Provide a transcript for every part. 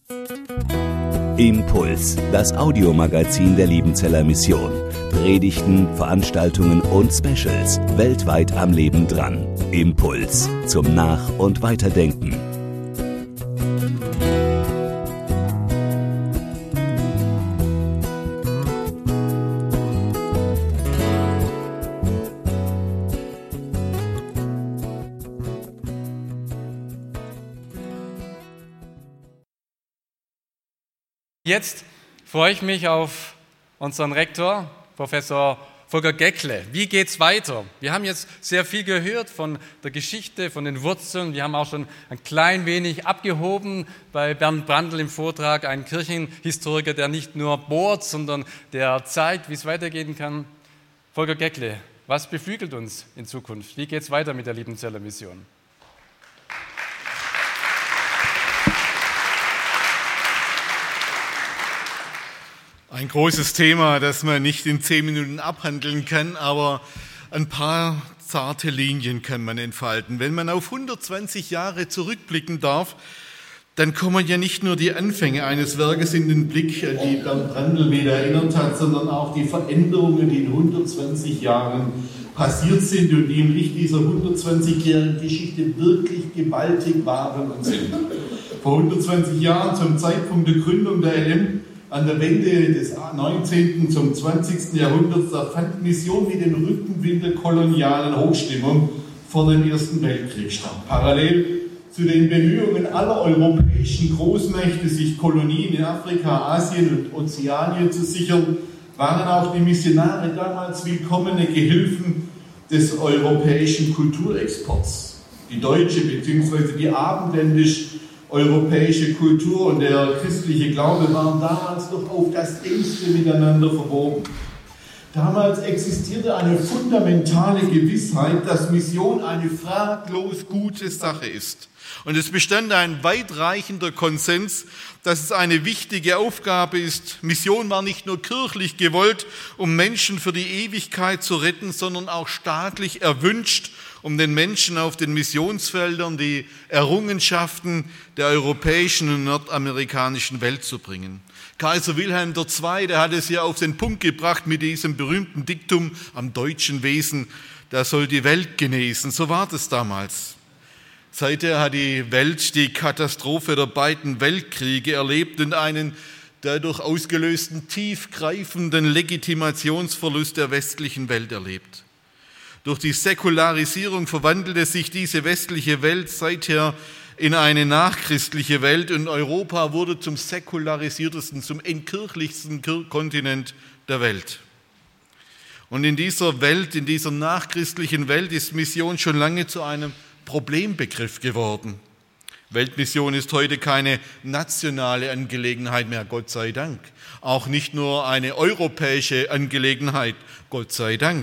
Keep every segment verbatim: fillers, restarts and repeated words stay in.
Impuls, das Audiomagazin der Liebenzeller Mission. Predigten, Veranstaltungen und Specials weltweit am Leben dran. Impuls zum Nach- und Weiterdenken. Jetzt freue ich mich auf unseren Rektor, Professor Volker Geckle. Wie geht's weiter? Wir haben jetzt sehr viel gehört von der Geschichte, von den Wurzeln. Wir haben auch schon ein klein wenig abgehoben bei Bernd Brandl im Vortrag, ein Kirchenhistoriker, der nicht nur bohrt, sondern der zeigt, wie es weitergehen kann. Volker Geckle, was beflügelt uns in Zukunft? Wie geht's weiter mit der Liebenzeller Mission? Ein großes Thema, das man nicht in zehn Minuten abhandeln kann, aber ein paar zarte Linien kann man entfalten. Wenn man auf hundertzwanzig Jahre zurückblicken darf, dann kommen ja nicht nur die Anfänge eines Werkes in den Blick, an die Bernd Brandl wieder erinnert hat, sondern auch die Veränderungen, die in hundertzwanzig Jahren passiert sind und die im Licht dieser hundertzwanzigjährigen Geschichte wirklich gewaltig waren und sind. Vor hundertzwanzig Jahren, zum Zeitpunkt der Gründung der L M, an der Wende des neunzehnten zum zwanzigsten Jahrhunderts, da fand Mission wie den Rückenwind der kolonialen Hochstimmung vor dem Ersten Weltkrieg statt. Parallel zu den Bemühungen aller europäischen Großmächte, sich Kolonien in Afrika, Asien und Ozeanien zu sichern, waren auch die Missionare damals willkommene Gehilfen des europäischen Kulturexports. Die deutsche bzw. die abendländisch europäische Kultur und der christliche Glaube waren damals noch auf das engste miteinander verwoben. Damals existierte eine fundamentale Gewissheit, dass Mission eine fraglos gute Sache ist. Und es bestand ein weitreichender Konsens, dass es eine wichtige Aufgabe ist. Mission war nicht nur kirchlich gewollt, um Menschen für die Ewigkeit zu retten, sondern auch staatlich erwünscht, um den Menschen auf den Missionsfeldern die Errungenschaften der europäischen und nordamerikanischen Welt zu bringen. Kaiser Wilhelm der Zweite hat es ja auf den Punkt gebracht mit diesem berühmten Diktum am deutschen Wesen, der soll die Welt genesen. So war das damals. Seither hat die Welt die Katastrophe der beiden Weltkriege erlebt und einen dadurch ausgelösten tiefgreifenden Legitimationsverlust der westlichen Welt erlebt. Durch die Säkularisierung verwandelte sich diese westliche Welt seither in eine nachchristliche Welt und Europa wurde zum säkularisiertesten, zum entkirchlichsten Kontinent der Welt. Und in dieser Welt, in dieser nachchristlichen Welt ist Mission schon lange zu einem Problembegriff geworden. Weltmission ist heute keine nationale Angelegenheit mehr, Gott sei Dank. Auch nicht nur eine europäische Angelegenheit, Gott sei Dank.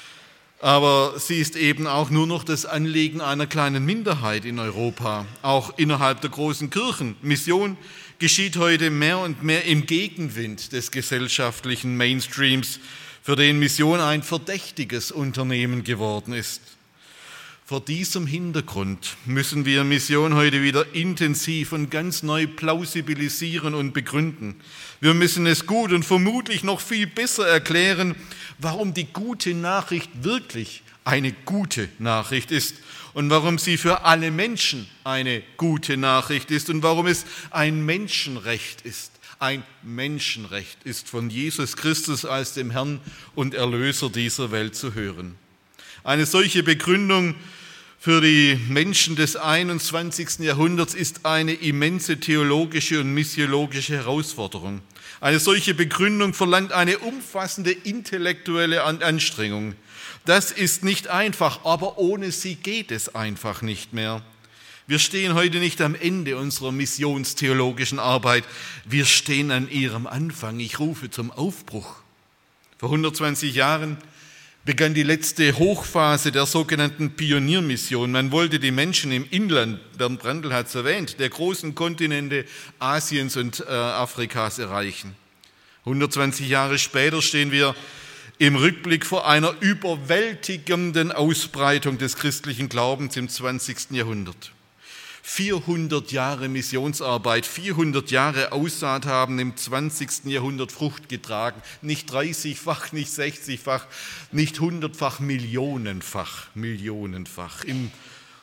Aber sie ist eben auch nur noch das Anliegen einer kleinen Minderheit in Europa, auch innerhalb der großen Kirchen. Mission geschieht heute mehr und mehr im Gegenwind des gesellschaftlichen Mainstreams, für den Mission ein verdächtiges Unternehmen geworden ist. Vor diesem Hintergrund müssen wir Mission heute wieder intensiv und ganz neu plausibilisieren und begründen. Wir müssen es gut und vermutlich noch viel besser erklären, warum die gute Nachricht wirklich eine gute Nachricht ist und warum sie für alle Menschen eine gute Nachricht ist und warum es ein Menschenrecht ist. Ein Menschenrecht ist, von Jesus Christus als dem Herrn und Erlöser dieser Welt zu hören. Eine solche Begründung für die Menschen des einundzwanzigsten Jahrhunderts ist eine immense theologische und missiologische Herausforderung. Eine solche Begründung verlangt eine umfassende intellektuelle Anstrengung. Das ist nicht einfach, aber ohne sie geht es einfach nicht mehr. Wir stehen heute nicht am Ende unserer missionstheologischen Arbeit, wir stehen an ihrem Anfang. Ich rufe zum Aufbruch. Vor hundertzwanzig Jahren begann die letzte Hochphase der sogenannten Pioniermission. Man wollte die Menschen im Inland, Bernd Brandl hat es erwähnt, der großen Kontinente Asiens und äh, Afrikas erreichen. hundertzwanzig Jahre später stehen wir im Rückblick vor einer überwältigenden Ausbreitung des christlichen Glaubens im zwanzigsten Jahrhundert. vierhundert Jahre Missionsarbeit, vierhundert Jahre Aussaat haben im zwanzigsten Jahrhundert Frucht getragen. Nicht dreißigfach, nicht sechzigfach, nicht hundertfach, millionenfach, millionenfach. Im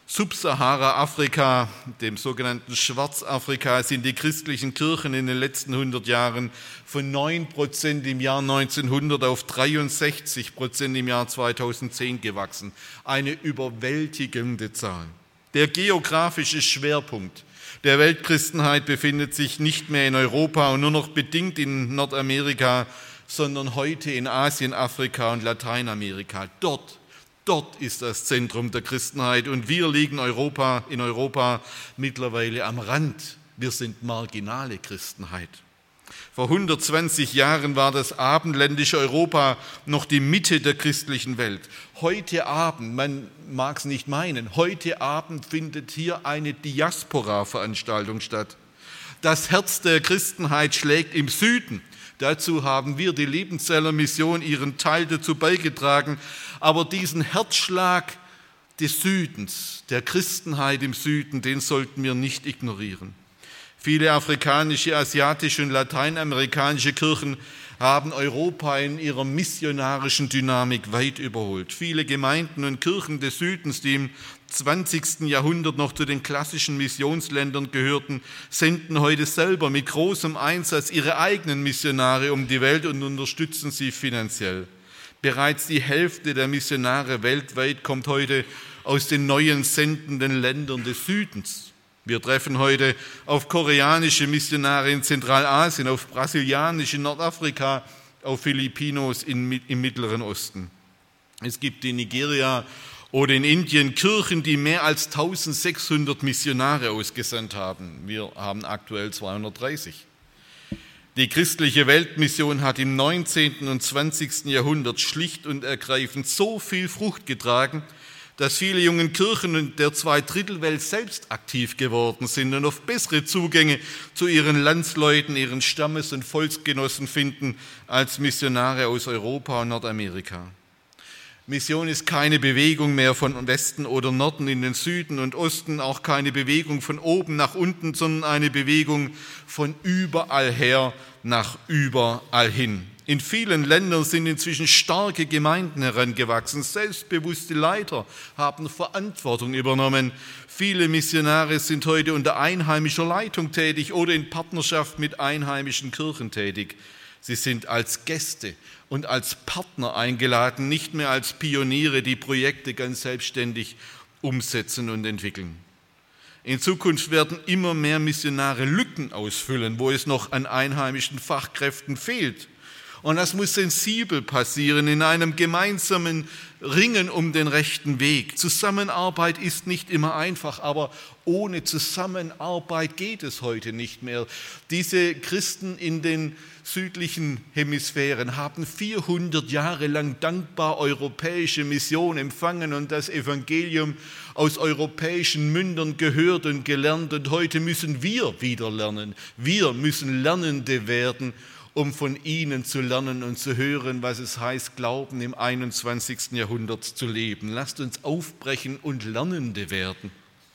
Subsahara-Afrika, dem sogenannten Schwarzafrika, sind die christlichen Kirchen in den letzten hundert Jahren von neun Prozent im Jahr neunzehnhundert auf dreiundsechzig Prozent im Jahr zweitausendzehn gewachsen. Eine überwältigende Zahl. Der geografische Schwerpunkt der Weltchristenheit befindet sich nicht mehr in Europa und nur noch bedingt in Nordamerika, sondern heute in Asien, Afrika und Lateinamerika. Dort, dort ist das Zentrum der Christenheit und wir liegen Europa, in Europa mittlerweile am Rand. Wir sind marginale Christenheit. Vor hundertzwanzig Jahren war das abendländische Europa noch die Mitte der christlichen Welt. Heute Abend, man mag es nicht meinen, heute Abend findet hier eine Diaspora-Veranstaltung statt. Das Herz der Christenheit schlägt im Süden. Dazu haben wir, die Liebenzeller Mission, ihren Teil dazu beigetragen. Aber diesen Herzschlag des Südens, der Christenheit im Süden, den sollten wir nicht ignorieren. Viele afrikanische, asiatische und lateinamerikanische Kirchen haben Europa in ihrer missionarischen Dynamik weit überholt. Viele Gemeinden und Kirchen des Südens, die im zwanzigsten Jahrhundert noch zu den klassischen Missionsländern gehörten, senden heute selber mit großem Einsatz ihre eigenen Missionare um die Welt und unterstützen sie finanziell. Bereits die Hälfte der Missionare weltweit kommt heute aus den neuen sendenden Ländern des Südens. Wir treffen heute auf koreanische Missionare in Zentralasien, auf brasilianische in Nordafrika, auf Filipinos in, im Mittleren Osten. Es gibt in Nigeria oder in Indien Kirchen, die mehr als eintausendsechshundert Missionare ausgesandt haben. Wir haben aktuell zweihundertdreißig. Die christliche Weltmission hat im neunzehnten und zwanzigsten Jahrhundert schlicht und ergreifend so viel Frucht getragen, dass viele junge Kirchen der Zweidrittelwelt selbst aktiv geworden sind und oft bessere Zugänge zu ihren Landsleuten, ihren Stammes- und Volksgenossen finden als Missionare aus Europa und Nordamerika. Mission ist keine Bewegung mehr von Westen oder Norden in den Süden und Osten, auch keine Bewegung von oben nach unten, sondern eine Bewegung von überall her nach überall hin. In vielen Ländern sind inzwischen starke Gemeinden herangewachsen. Selbstbewusste Leiter haben Verantwortung übernommen. Viele Missionare sind heute unter einheimischer Leitung tätig oder in Partnerschaft mit einheimischen Kirchen tätig. Sie sind als Gäste und als Partner eingeladen, nicht mehr als Pioniere, die Projekte ganz selbstständig umsetzen und entwickeln. In Zukunft werden immer mehr Missionare Lücken ausfüllen, wo es noch an einheimischen Fachkräften fehlt. Und das muss sensibel passieren, in einem gemeinsamen Ringen um den rechten Weg. Zusammenarbeit ist nicht immer einfach, aber ohne Zusammenarbeit geht es heute nicht mehr. Diese Christen in den südlichen Hemisphären haben vierhundert Jahre lang dankbar europäische Mission empfangen und das Evangelium aus europäischen Mündern gehört und gelernt. Und heute müssen wir wieder lernen. Wir müssen Lernende werden, um von ihnen zu lernen und zu hören, was es heißt, Glauben im einundzwanzigsten Jahrhundert zu leben. Lasst uns aufbrechen und Lernende werden.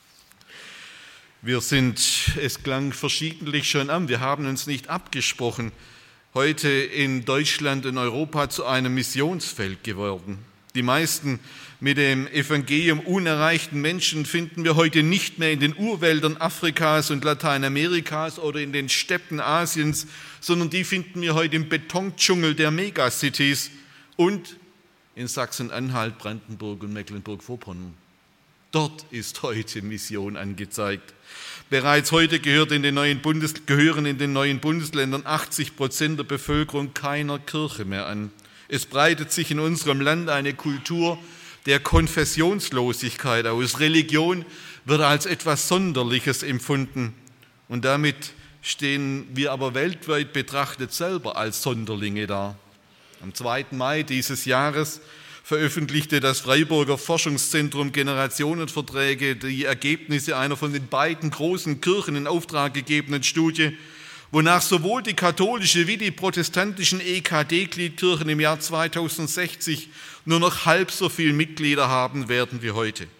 Wir sind, es klang verschiedentlich schon an, wir haben uns nicht abgesprochen, heute in Deutschland und Europa zu einem Missionsfeld geworden. Die meisten mit dem Evangelium unerreichten Menschen finden wir heute nicht mehr in den Urwäldern Afrikas und Lateinamerikas oder in den Steppen Asiens, sondern die finden wir heute im Betondschungel der Megacities und in Sachsen-Anhalt, Brandenburg und Mecklenburg-Vorpommern. Dort ist heute Mission angezeigt. Bereits heute gehört in den neuen Bundes, gehören in den neuen Bundesländern achtzig Prozent der Bevölkerung keiner Kirche mehr an. Es breitet sich in unserem Land eine Kultur der Konfessionslosigkeit aus. Religion wird als etwas Sonderliches empfunden und damit stehen wir aber weltweit betrachtet selber als Sonderlinge da. Am zweiten Mai dieses Jahres veröffentlichte das Freiburger Forschungszentrum Generationenverträge die Ergebnisse einer von den beiden großen Kirchen in Auftrag gegebenen Studie, wonach sowohl die katholische wie die protestantischen E K D-Gliedkirchen im Jahr zweitausendsechzig nur noch halb so viele Mitglieder haben werden wie heute.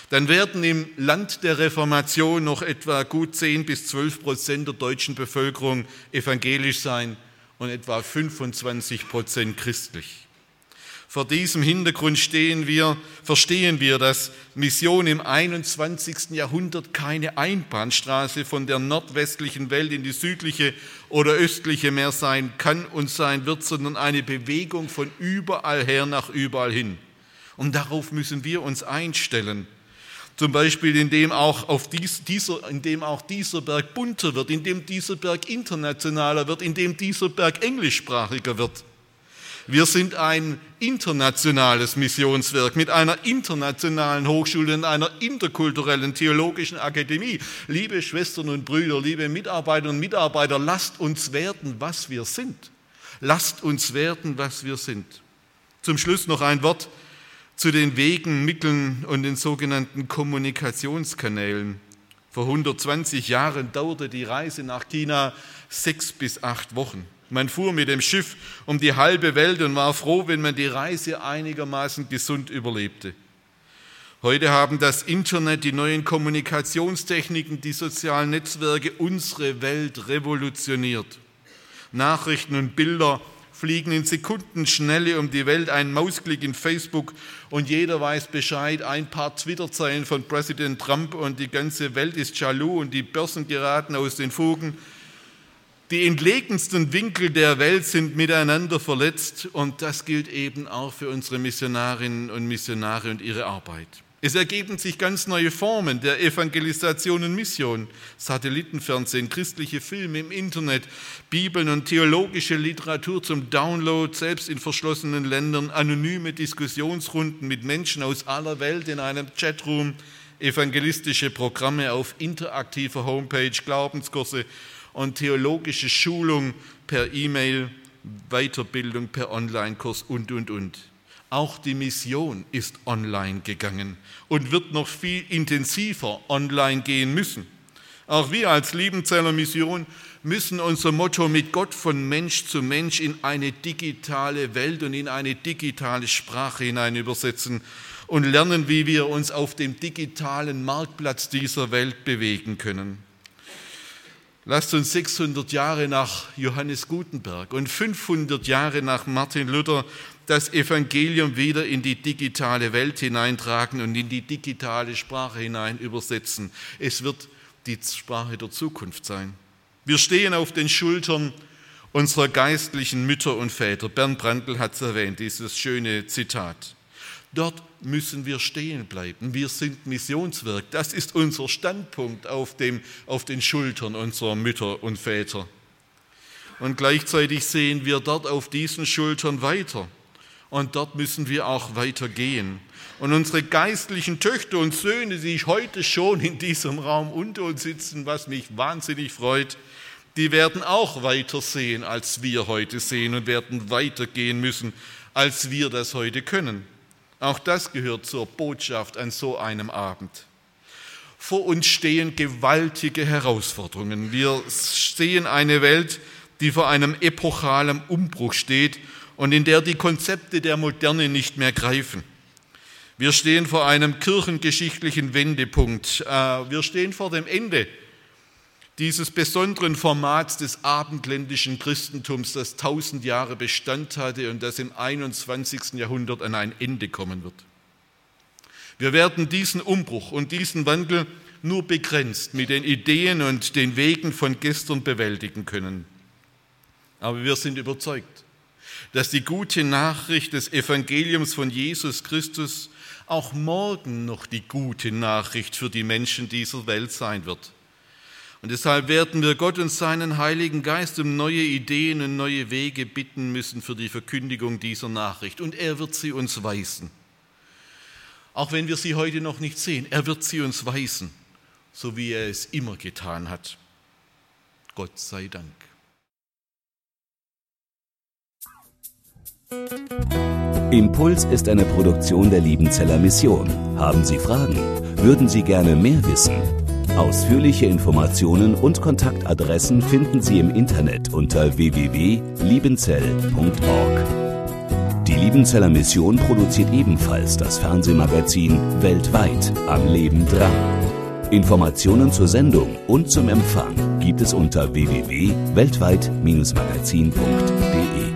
dann werden im Land der Reformation noch etwa gut zehn bis zwölf Prozent der deutschen Bevölkerung evangelisch sein und etwa fünfundzwanzig Prozent christlich. Vor diesem Hintergrund stehen wir, verstehen wir, dass Mission im einundzwanzigsten Jahrhundert keine Einbahnstraße von der nordwestlichen Welt in die südliche oder östliche mehr sein kann und sein wird, sondern eine Bewegung von überall her nach überall hin. Und darauf müssen wir uns einstellen. Zum Beispiel, indem auch, auf dies, dieser, indem auch dieser Berg bunter wird, indem dieser Berg internationaler wird, indem dieser Berg englischsprachiger wird. Wir sind ein internationales Missionswerk mit einer internationalen Hochschule und einer interkulturellen theologischen Akademie. Liebe Schwestern und Brüder, liebe Mitarbeiterinnen und Mitarbeiter, lasst uns werden, was wir sind. Lasst uns werden, was wir sind. Zum Schluss noch ein Wort zu den Wegen, Mitteln und den sogenannten Kommunikationskanälen. Vor hundertzwanzig Jahren dauerte die Reise nach China sechs bis acht Wochen. Man fuhr mit dem Schiff um die halbe Welt und war froh, wenn man die Reise einigermaßen gesund überlebte. Heute haben das Internet, die neuen Kommunikationstechniken, die sozialen Netzwerke unsere Welt revolutioniert. Nachrichten und Bilder fliegen in Sekundenschnelle um die Welt, ein Mausklick in Facebook und jeder weiß Bescheid, ein paar Twitter-Zeilen von Präsident Trump und die ganze Welt ist jaloux und die Börsen geraten aus den Fugen. Die entlegensten Winkel der Welt sind miteinander verletzt und das gilt eben auch für unsere Missionarinnen und Missionare und ihre Arbeit. Es ergeben sich ganz neue Formen der Evangelisation und Mission. Satellitenfernsehen, christliche Filme im Internet, Bibeln und theologische Literatur zum Download, selbst in verschlossenen Ländern, anonyme Diskussionsrunden mit Menschen aus aller Welt in einem Chatroom, evangelistische Programme auf interaktiver Homepage, Glaubenskurse und theologische Schulung per E-Mail, Weiterbildung per Online-Kurs und, und, und. Auch die Mission ist online gegangen und wird noch viel intensiver online gehen müssen. Auch wir als Liebenzeller Mission müssen unser Motto mit Gott von Mensch zu Mensch in eine digitale Welt und in eine digitale Sprache hinein übersetzen und lernen, wie wir uns auf dem digitalen Marktplatz dieser Welt bewegen können. Lasst uns sechshundert Jahre nach Johannes Gutenberg und fünfhundert Jahre nach Martin Luther das Evangelium wieder in die digitale Welt hineintragen und in die digitale Sprache hinein übersetzen. Es wird die Sprache der Zukunft sein. Wir stehen auf den Schultern unserer geistlichen Mütter und Väter. Bernd Brandl hat es erwähnt, dieses schöne Zitat. Dort müssen wir stehen bleiben. Wir sind Missionswerk. Das ist unser Standpunkt auf, dem, auf den Schultern unserer Mütter und Väter. Und gleichzeitig sehen wir dort auf diesen Schultern weiter. Und dort müssen wir auch weitergehen. Und unsere geistlichen Töchter und Söhne, die heute schon in diesem Raum unter uns sitzen, was mich wahnsinnig freut, die werden auch weiter sehen, als wir heute sehen und werden weitergehen müssen, als wir das heute können. Auch das gehört zur Botschaft an so einem Abend. Vor uns stehen gewaltige Herausforderungen. Wir sehen eine Welt, die vor einem epochalen Umbruch steht und in der die Konzepte der Moderne nicht mehr greifen. Wir stehen vor einem kirchengeschichtlichen Wendepunkt. Wir stehen vor dem Ende dieses besonderen Formats des abendländischen Christentums, das tausend Jahre Bestand hatte und das im einundzwanzigsten Jahrhundert an ein Ende kommen wird. Wir werden diesen Umbruch und diesen Wandel nur begrenzt mit den Ideen und den Wegen von gestern bewältigen können. Aber wir sind überzeugt, dass die gute Nachricht des Evangeliums von Jesus Christus auch morgen noch die gute Nachricht für die Menschen dieser Welt sein wird. Und deshalb werden wir Gott und seinen Heiligen Geist um neue Ideen und neue Wege bitten müssen für die Verkündigung dieser Nachricht. Und er wird sie uns weisen. Auch wenn wir sie heute noch nicht sehen, er wird sie uns weisen, so wie er es immer getan hat. Gott sei Dank. Impuls ist eine Produktion der Liebenzeller Mission. Haben Sie Fragen? Würden Sie gerne mehr wissen? Ausführliche Informationen und Kontaktadressen finden Sie im Internet unter w w w punkt liebenzell punkt org. Die Die Liebenzeller Mission produziert ebenfalls das Fernsehmagazin Weltweit am Leben dran. Informationen zur Sendung und zum Empfang gibt es unter w w w punkt weltweit Bindestrich magazin punkt de.